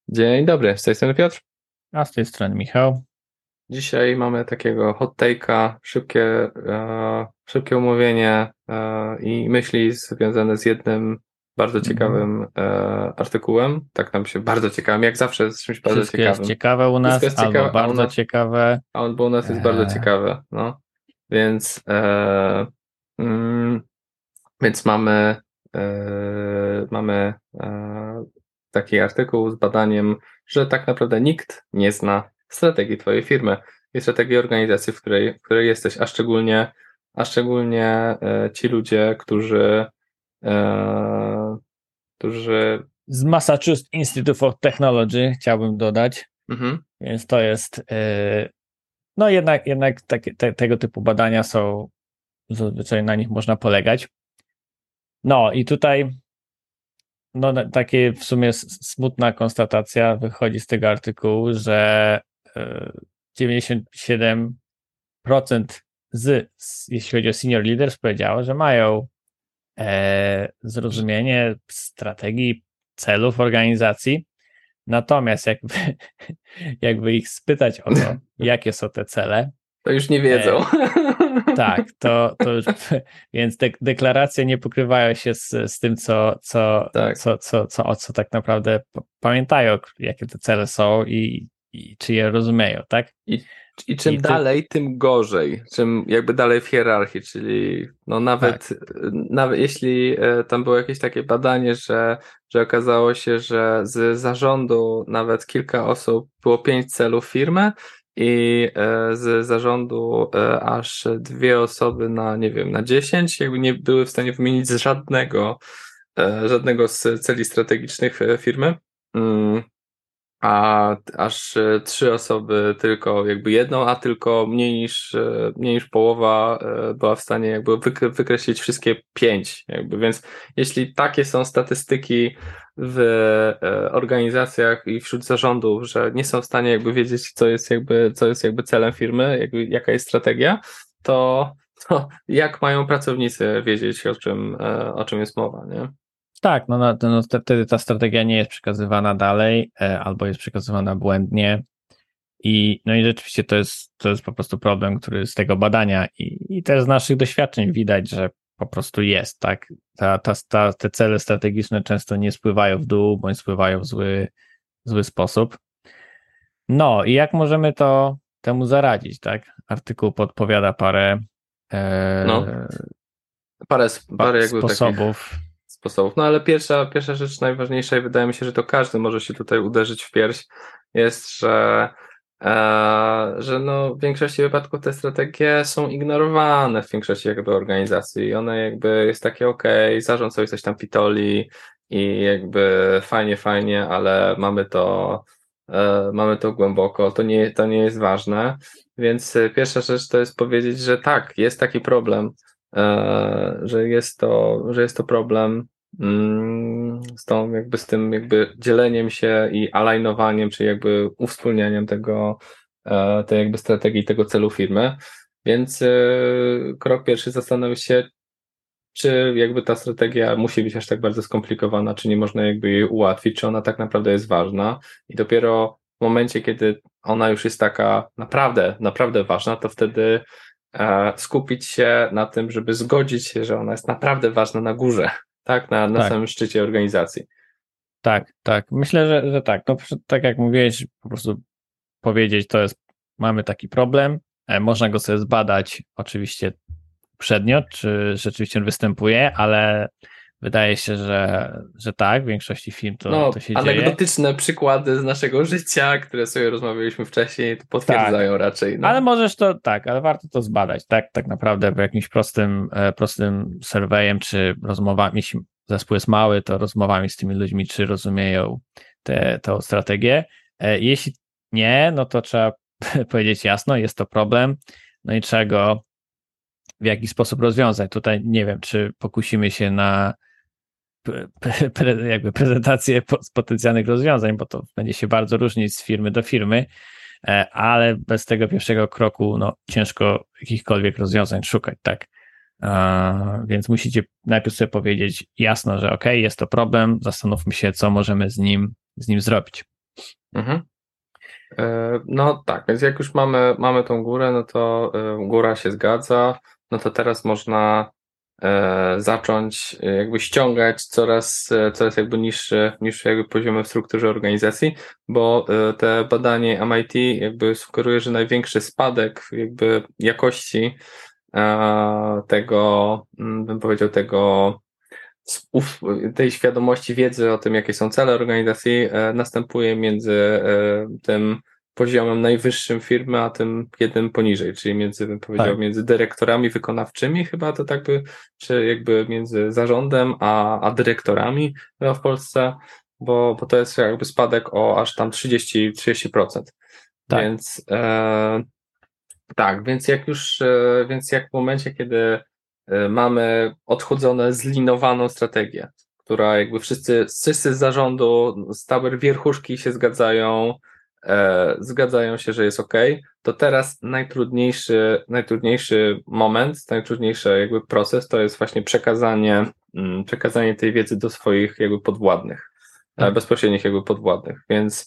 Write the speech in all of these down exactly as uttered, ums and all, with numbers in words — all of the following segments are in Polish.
Dzień dobry, z tej strony Piotr. A z tej strony Michał. Dzisiaj mamy takiego hot take'a, szybkie, e, szybkie omówienie e, i myśli związane z jednym bardzo ciekawym e, artykułem. Tak nam się bardzo ciekawym, jak zawsze z czymś bardzo Wszystko ciekawym. jest ciekawe u nas, Wszystko jest albo ciekawe, a u bardzo nas, ciekawe. a on, bo u nas jest bardzo Eee, ciekawe. No. Więc, e, mm, więc mamy, e, mamy e, taki artykuł z badaniem, że tak naprawdę nikt nie zna strategii twojej firmy i strategii organizacji, w której, w której jesteś, a szczególnie, a szczególnie e, ci ludzie, którzy, e, którzy z Massachusetts Institute of Technology chciałbym dodać, mhm, więc to jest e, no jednak, jednak takie, te, tego typu badania są, zazwyczaj na nich można polegać. No i tutaj no takie w sumie smutna konstatacja wychodzi z tego artykułu, że e, dziewięćdziesiąt siedem procent z, jeśli chodzi o senior leaders, powiedziało, że mają e, zrozumienie strategii, celów organizacji. Natomiast jakby, jakby ich spytać o to, jakie są te cele, to już nie wiedzą. E, tak, to, to już, więc de, deklaracje nie pokrywają się z, z tym, co, co, Tak. co, co, co, o co tak naprawdę pamiętają, jakie te cele są i, i czy je rozumieją, tak? I, i czym I ty... dalej, tym gorzej. Czym jakby dalej w hierarchii, czyli no nawet, Tak. nawet jeśli e, tam było jakieś takie badanie, że, że okazało się, że z zarządu nawet kilka osób było pięć celów firmy i e, z zarządu e, aż dwie osoby na, nie wiem, na dziesięć jakby nie były w stanie wymienić żadnego, e, żadnego z celi strategicznych e, firmy. Mm. A aż e, trzy osoby tylko jakby jedną, a tylko mniej niż, e, mniej niż połowa e, była w stanie jakby wyk- wykreślić wszystkie pięć jakby, więc jeśli takie są statystyki w e, organizacjach i wśród zarządów, że nie są w stanie jakby wiedzieć, co jest jakby, co jest jakby celem firmy, jakby, jaka jest strategia, to, to jak mają pracownicy wiedzieć, o czym, e, o czym jest mowa, nie? Tak, no, no, no wtedy ta strategia nie jest przekazywana dalej, e, albo jest przekazywana błędnie. I, no i rzeczywiście to jest, to jest po prostu problem, który z tego badania i, i też z naszych doświadczeń widać, że po prostu jest, tak? Ta, ta, ta, te cele strategiczne często nie spływają w dół, bądź spływają w zły, zły sposób. No i jak możemy to temu zaradzić, tak? Artykuł podpowiada parę, e, No, parę, parę jakby sposobów. takich sposobów. No ale pierwsza, pierwsza rzecz najważniejsza i wydaje mi się, że to każdy może się tutaj uderzyć w pierś, jest, że, e, że no w większości wypadków te strategie są ignorowane w większości jakby organizacji i one jakby jest takie okej, okay, zarząd sobie coś tam pitoli i jakby fajnie, fajnie, ale mamy to e, mamy to głęboko, to nie, to nie jest ważne, więc pierwsza rzecz to jest powiedzieć, że tak, jest taki problem, że jest to, że jest to problem z tą jakby z tym jakby dzieleniem się i alignowaniem, czyli jakby uwspólnianiem tego, tej jakby strategii, tego celu firmy. Więc krok pierwszy zastanowić się, czy jakby ta strategia musi być aż tak bardzo skomplikowana, czy nie można jakby jej ułatwić, czy ona tak naprawdę jest ważna i dopiero w momencie, kiedy ona już jest taka naprawdę, naprawdę ważna, to wtedy skupić się na tym, żeby zgodzić się, że ona jest naprawdę ważna na górze, tak, na, na Tak. samym szczycie organizacji. Tak, tak. Myślę, że, że tak. No, tak jak mówiłeś, po prostu powiedzieć, to jest, mamy taki problem, można go sobie zbadać oczywiście przednio, czy rzeczywiście on występuje, ale wydaje się, że, że tak, w większości firm to, no, to się dzieje. Anegdotyczne przykłady z naszego życia, które sobie rozmawialiśmy wcześniej, to potwierdzają tak, raczej. No. Ale możesz to, tak, ale warto to zbadać, tak, tak naprawdę w jakimś prostym, prostym surveyem, czy rozmowami, jeśli zespół jest mały, to rozmowami z tymi ludźmi, czy rozumieją tę tę strategię. Jeśli nie, no to trzeba powiedzieć jasno, jest to problem, no i trzeba go w jakiś sposób rozwiązać. Tutaj nie wiem, czy pokusimy się na pre, pre, jakby prezentację potencjalnych rozwiązań, bo to będzie się bardzo różnić z firmy do firmy, ale bez tego pierwszego kroku no, ciężko jakichkolwiek rozwiązań szukać, tak? Więc musicie najpierw sobie powiedzieć jasno, że ok, jest to problem, zastanówmy się, co możemy z nim, z nim zrobić. Mhm. No tak, więc jak już mamy, mamy tą górę, no to góra się zgadza, no to teraz można zacząć jakby ściągać coraz, coraz jakby niższe, niższe jakby poziomy w strukturze organizacji, bo te badanie M I T jakby sugeruje, że największy spadek jakby jakości tego, bym powiedział, tego tej świadomości wiedzy o tym, jakie są cele organizacji, następuje między tym poziomem najwyższym firmy, a tym jednym poniżej, czyli między, bym powiedział, Tak. między dyrektorami wykonawczymi chyba to tak by, czy jakby między zarządem a, a dyrektorami chyba w Polsce, bo, bo to jest jakby spadek o aż tam trzydzieści procent. Tak. Więc e, tak, więc jak już, e, więc jak w momencie, kiedy mamy odchudzone, zlinowaną strategię, która jakby wszyscy, wszyscy z zarządu, stałe wierchuszki się zgadzają, e, zgadzają się, że jest OK, to teraz najtrudniejszy, najtrudniejszy moment, najtrudniejszy jakby proces to jest właśnie przekazanie, mm, przekazanie tej wiedzy do swoich jakby podwładnych, Tak. e, bezpośrednich jakby podwładnych, więc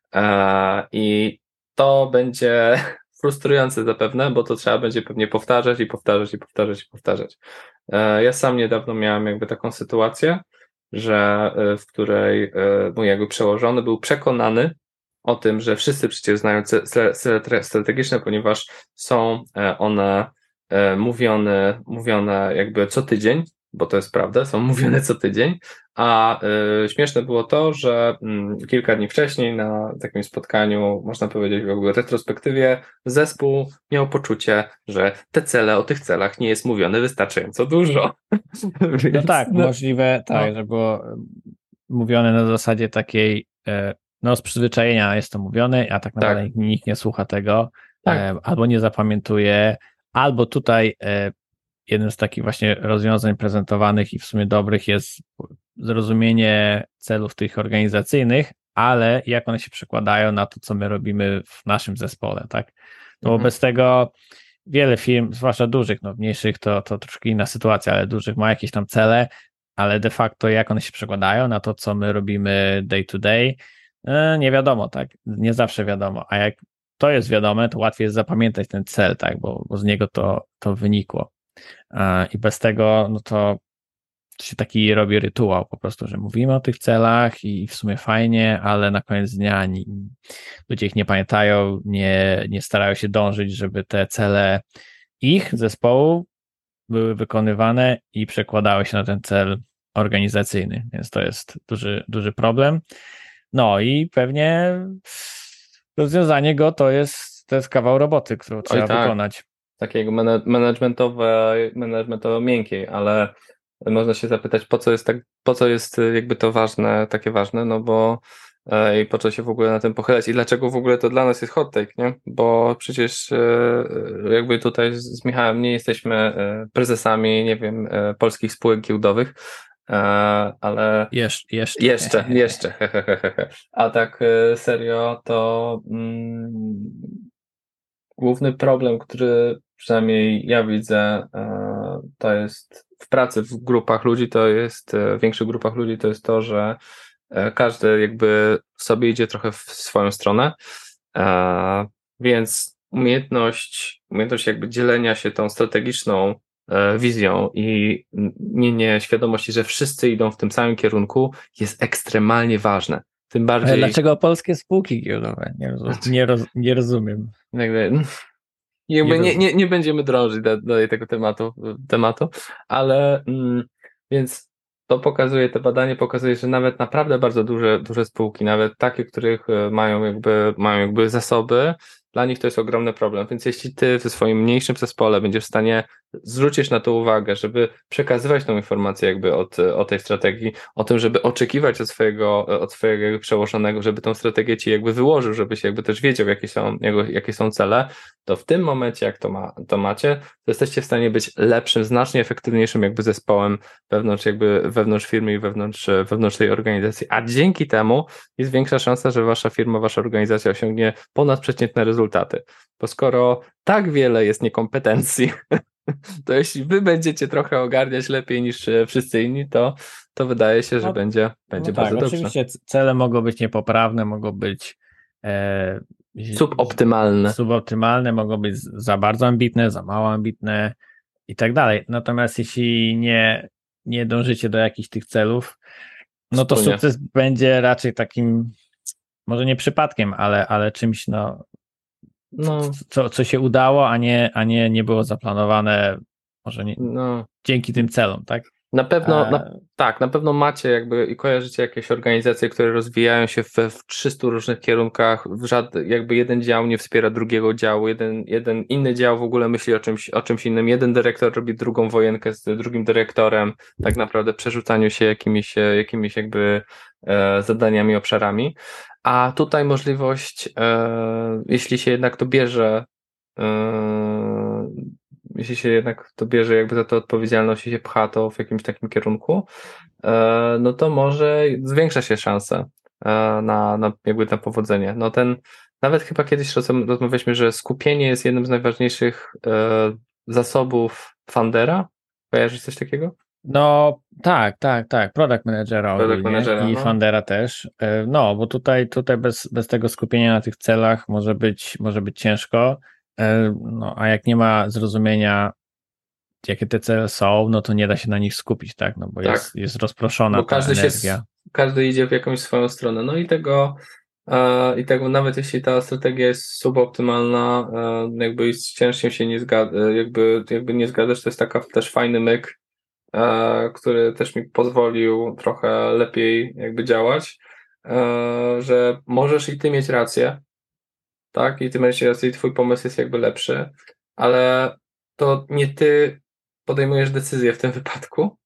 e, i to będzie frustrujące zapewne, bo to trzeba będzie pewnie powtarzać i powtarzać i powtarzać i powtarzać. Ja sam niedawno miałem jakby taką sytuację, że w której mój jakby przełożony był przekonany o tym, że wszyscy przecież znają cele strategiczne, ponieważ są one mówione, mówione jakby co tydzień, bo to jest prawda, są mówione co tydzień, a y, śmieszne było to, że y, kilka dni wcześniej na takim spotkaniu, można powiedzieć w ogóle retrospektywie, zespół miał poczucie, że te cele, o tych celach nie jest mówione wystarczająco dużo. No Więc, tak, no, możliwe, tak, no. że było mówione na zasadzie takiej, no z przyzwyczajenia jest to mówione, a tak naprawdę Tak. nikt nie słucha tego, Tak. albo nie zapamiętuje, albo tutaj jeden z takich właśnie rozwiązań prezentowanych i w sumie dobrych jest zrozumienie celów tych organizacyjnych, ale jak one się przekładają na to, co my robimy w naszym zespole, tak? No bo Mhm. bez tego wiele firm, zwłaszcza dużych, no mniejszych to, to troszkę inna sytuacja, ale dużych ma jakieś tam cele, ale de facto jak one się przekładają na to, co my robimy day to day, nie wiadomo, tak? Nie zawsze wiadomo, a jak to jest wiadome, to łatwiej jest zapamiętać ten cel, tak? Bo, bo z niego to, to wynikło. I bez tego, no to się taki robi rytuał po prostu, że mówimy o tych celach i w sumie fajnie, ale na koniec dnia ludzie ich nie pamiętają, nie, nie starają się dążyć, żeby te cele ich zespołu były wykonywane i przekładały się na ten cel organizacyjny, więc to jest duży, duży problem. No i pewnie rozwiązanie go to jest, to jest kawał roboty, którą trzeba Oj, tak. wykonać. Takiego managementowe, managementowo miękkiej, ale można się zapytać, po co jest tak, po co jest jakby to ważne, takie ważne, no bo e, i po co się w ogóle na tym pochylać i dlaczego w ogóle to dla nas jest hot take, nie? Bo przecież e, jakby tutaj z Michałem nie jesteśmy e, prezesami, nie wiem, e, polskich spółek giełdowych, e, ale Jesz, jeszcze, jeszcze, jeszcze, hehehehe. A tak e, serio, to mm, główny problem, który przynajmniej ja widzę, to jest w pracy w grupach ludzi, to jest w większych grupach ludzi, to jest to, że każdy jakby sobie idzie trochę w swoją stronę, więc umiejętność, umiejętność jakby dzielenia się tą strategiczną wizją i mienie świadomości, że wszyscy idą w tym samym kierunku jest ekstremalnie ważne. Tym bardziej... Ale dlaczego polskie spółki giełdowe? Nie, rozum, nie, roz, nie rozumiem. Jakby, jakby nie, nie, nie będziemy drążyć do, do tego tematu, tematu ale mm, więc to pokazuje, to badanie pokazuje, że nawet naprawdę bardzo duże, duże spółki, nawet takie, których mają jakby, mają jakby zasoby, dla nich to jest ogromny problem, więc jeśli ty w swoim mniejszym zespole będziesz w stanie zwrócić na to uwagę, żeby przekazywać tą informację jakby od, o tej strategii, o tym, żeby oczekiwać od swojego, od swojego przełożonego, żeby tą strategię ci jakby wyłożył, żebyś jakby też wiedział, jakie są, jakie są cele, to w tym momencie, jak to, ma, to macie, to jesteście w stanie być lepszym, znacznie efektywniejszym jakby zespołem wewnątrz jakby wewnątrz firmy i wewnątrz, wewnątrz tej organizacji, a dzięki temu jest większa szansa, że wasza firma, wasza organizacja osiągnie ponadprzeciętne rezultaty, bo skoro tak wiele jest niekompetencji, to jeśli wy będziecie trochę ogarniać lepiej niż wszyscy inni, to, to wydaje się, że no, będzie, będzie no bardzo tak, dobrze. Oczywiście cele mogą być niepoprawne, mogą być e, suboptymalne. Suboptymalne mogą być za bardzo ambitne, za mało ambitne i tak dalej. Natomiast jeśli nie, nie dążycie do jakichś tych celów, no to Wspólnie. sukces będzie raczej takim, może nie przypadkiem, ale, ale czymś, no, No, co, co się udało, a nie, a nie, nie było zaplanowane, może nie, no. dzięki tym celom, tak? Na pewno, A... na, tak, na pewno macie jakby i kojarzycie jakieś organizacje, które rozwijają się w, w trzystu różnych kierunkach, w żad, jakby jeden dział nie wspiera drugiego działu, jeden, jeden inny dział w ogóle myśli o czymś, o czymś innym, jeden dyrektor robi drugą wojenkę z drugim dyrektorem, tak naprawdę przerzucaniu się jakimiś, jakimiś jakby e, zadaniami, obszarami, a tutaj możliwość, e, jeśli się jednak to bierze, e, jeśli się jednak to bierze jakby za to odpowiedzialność i się pcha to w jakimś takim kierunku, no to może zwiększa się szanse na, na jakby na powodzenie. No ten, nawet chyba kiedyś rozmawialiśmy, że skupienie jest jednym z najważniejszych zasobów fundera. Kojarzysz coś takiego? No tak, tak, tak, product managera Product ogólnie managera, i no. fundera też, no bo tutaj, tutaj bez, bez tego skupienia na tych celach może być, może być ciężko, no a jak nie ma zrozumienia, jakie te cele są, no to nie da się na nich skupić, tak, no bo tak, jest, jest rozproszona bo ta każdy energia. Się, każdy idzie w jakąś swoją stronę, no i tego i tego nawet jeśli ta strategia jest suboptymalna, jakby z cięższym się nie zgadza, jakby, jakby nie zgadzasz, to jest taka też fajny myk, który też mi pozwolił trochę lepiej jakby działać, że możesz i ty mieć rację, tak, i ty masz rację i twój pomysł jest jakby lepszy, ale to nie ty podejmujesz decyzję w tym wypadku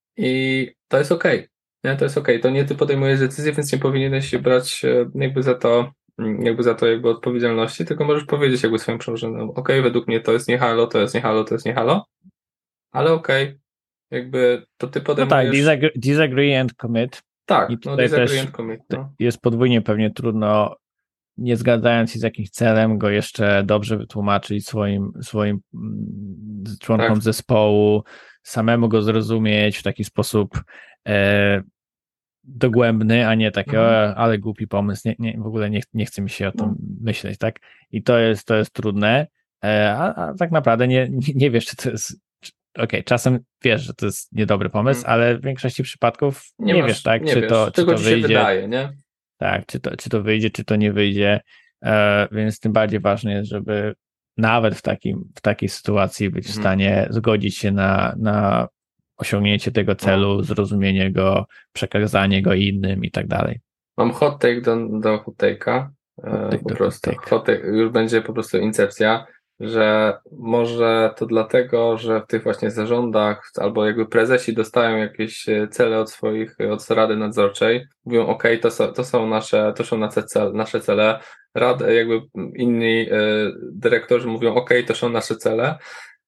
i to jest okej, okay. Nie, to jest okej, okay. To nie ty podejmujesz decyzję, więc nie powinieneś się brać jakby za to, jakby za to jakby odpowiedzialności, tylko możesz powiedzieć jakby swoim przełożonym, okej, okay, według mnie to jest nie halo, to jest nie halo, to jest nie halo, ale okej, okay. Jakby to ty podejmujesz... No tak, disagree, disagree and commit. Tak, i no tutaj disagree też and commit. No. Jest podwójnie pewnie trudno, nie zgadzając się z jakimś celem, go jeszcze dobrze wytłumaczyć swoim, swoim członkom tak. zespołu, samemu go zrozumieć w taki sposób e, dogłębny, a nie taki, mhm. o, ale głupi pomysł, nie, nie, w ogóle nie, nie chce mi się o tym no. myśleć, tak? I to jest, to jest trudne, e, a, a tak naprawdę nie, nie, nie wiesz, czy to jest okej, okay, czasem wiesz, że to jest niedobry pomysł, hmm. ale w większości przypadków nie, nie masz, wiesz, tak, nie czy wiesz, to, czy to ci wyjdzie. Się wydaje, nie? Tak, czy to, czy to wyjdzie, czy to nie wyjdzie, e, więc tym bardziej ważne jest, żeby nawet w, takim, w takiej sytuacji być hmm. w stanie zgodzić się na, na osiągnięcie tego celu, no. zrozumienie go, przekazanie go innym i tak dalej. Mam hot take do, do hot take'a, e, po prostu, hot take. Hot take, już będzie po prostu incepcja, że może to dlatego, że w tych właśnie zarządach albo jakby prezesi dostają jakieś cele od swoich, od Rady Nadzorczej, mówią ok, to są, to są nasze, to są nasze cele, nasze cele. Rad, jakby inni y, dyrektorzy mówią ok, to są nasze cele,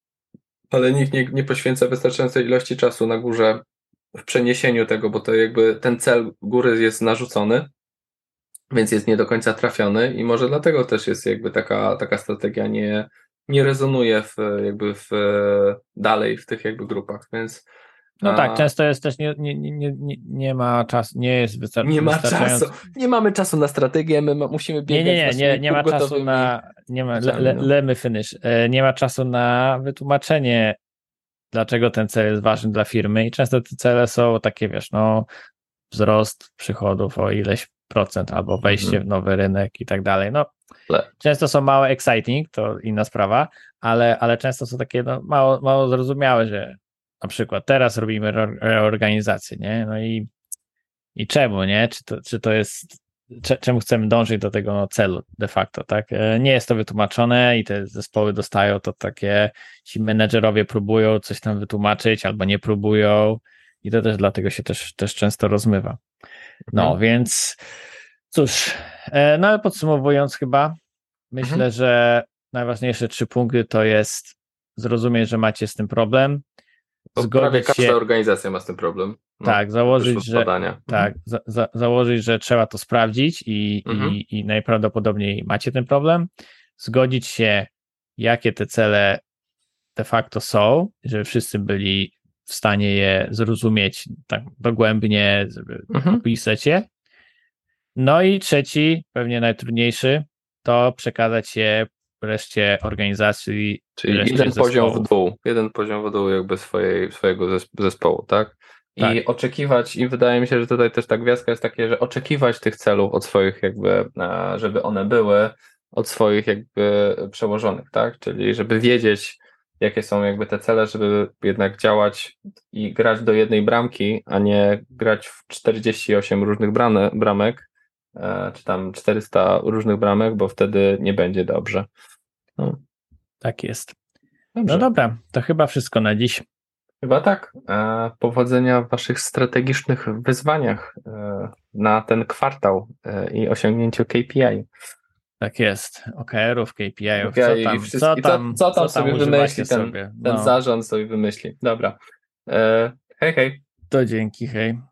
ale nikt nie, nie poświęca wystarczającej ilości czasu na górze w przeniesieniu tego, bo to jakby ten cel góry jest narzucony, więc jest nie do końca trafiony i może dlatego też jest jakby taka, taka strategia nie, nie rezonuje w, jakby w, dalej w tych jakby grupach, więc no tak, często jest też nie, nie, nie, nie, nie ma czasu, nie jest wystar- nie ma wystarczająco... czasu, nie mamy czasu na strategię, my ma, musimy biegać nie, nie, nie, nie, nie ma czasu na nie ma, le, le, lemy finish, nie ma czasu na wytłumaczenie, dlaczego ten cel jest ważny dla firmy i często te cele są takie, wiesz, no wzrost przychodów o ileś procent albo wejście mm. w nowy rynek i tak dalej, no Le. Często są mało exciting, to inna sprawa, ale, ale często są takie no, mało, mało zrozumiałe, że na przykład teraz robimy reorganizację, nie, no i, i czemu, nie, czy to, czy to jest, czemu chcemy dążyć do tego celu de facto, tak, nie jest to wytłumaczone i te zespoły dostają to takie, ci menedżerowie próbują coś tam wytłumaczyć albo nie próbują i to też dlatego się też, też często rozmywa. No, mhm. więc cóż, no ale podsumowując chyba, myślę, mhm. że najważniejsze trzy punkty to jest zrozumieć, że macie z tym problem. Prawie każda się, organizacja ma z tym problem. No, tak, założyć, że tak, za, za, założyć, że trzeba to sprawdzić i, mhm. i, i najprawdopodobniej macie ten problem. Zgodzić się, jakie te cele de facto są, żeby wszyscy byli w stanie je zrozumieć tak dogłębnie, żeby mhm. opisać je. No i trzeci, pewnie najtrudniejszy, to przekazać je reszcie organizacji, Czyli reszcie jeden poziom w zespołów. dół, jeden poziom w dół jakby swojej, swojego zes- zespołu, tak? I Tak. oczekiwać, i wydaje mi się, że tutaj też ta gwiazdka jest takie, że oczekiwać tych celów od swoich jakby, e, żeby one były od swoich jakby przełożonych, tak? Czyli żeby wiedzieć, jakie są jakby te cele, żeby jednak działać i grać do jednej bramki, a nie grać w czterdzieści osiem różnych brane, bramek, e, czy tam czterysta różnych bramek, bo wtedy nie będzie dobrze. No. Tak jest. Dobrze. No dobra, to chyba wszystko na dziś. Chyba tak. E, powodzenia w waszych strategicznych wyzwaniach e, na ten kwartał e, i osiągnięciu K P I. Tak jest. O K R-ów, K P I-ów, co Okay, i tam, wszystko, co i co, tam, co tam sobie używacie wymyśli ten, sobie. ten No, zarząd sobie wymyśli. Dobra. E, hej, hej. to dzięki, hej.